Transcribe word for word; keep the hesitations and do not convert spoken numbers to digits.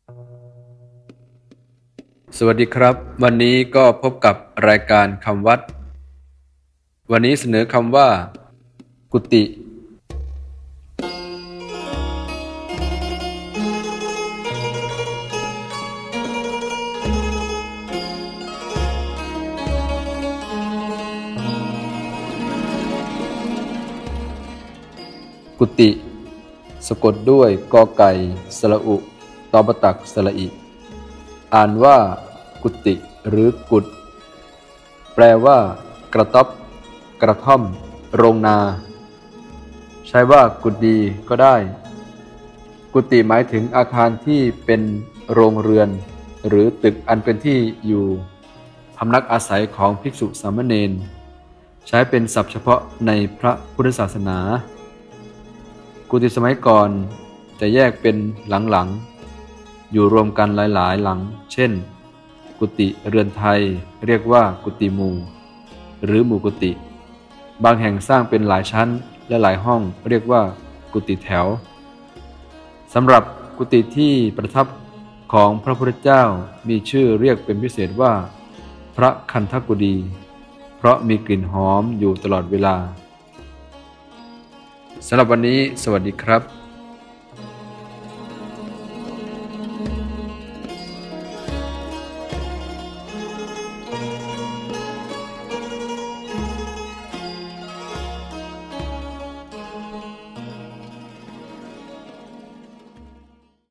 สวัสดีครับวันนี้ก็พบกับรายการคำวัดวันนี้เสนอคำว่ากุฏิกุฏิสะกดด้วยกอไก่สระอุตอบตักสระอิอ่านว่ากุฏิหรือกุฏแปลว่ากระต๊อบกระท่อมโรงนาใช้ว่ากุฏิก็ได้กุฏิหมายถึงอาคารที่เป็นโรงเรือนหรือตึกอันเป็นที่อยู่พำนักอาศัยของภิกษุสามเณรใช้เป็นศัพท์เฉพาะในพระพุทธศาสนากุฏิสมัยก่อนจะแยกเป็นหลังๆอยู่รวมกันหลายๆหลังเช่นกุฏิเรือนไทยเรียกว่ากุฏิหมู่หรือหมู่กุฏิบางแห่งสร้างเป็นหลายชั้นและหลายห้องเรียกว่ากุฏิแถวสำหรับกุฏิที่ประทับของพระพุทธเจ้ามีชื่อเรียกเป็นพิเศษว่าพระคันธกุฎีเพราะมีกลิ่นหอมอยู่ตลอดเวลาสำหรับวันนี้สวัสดีครับ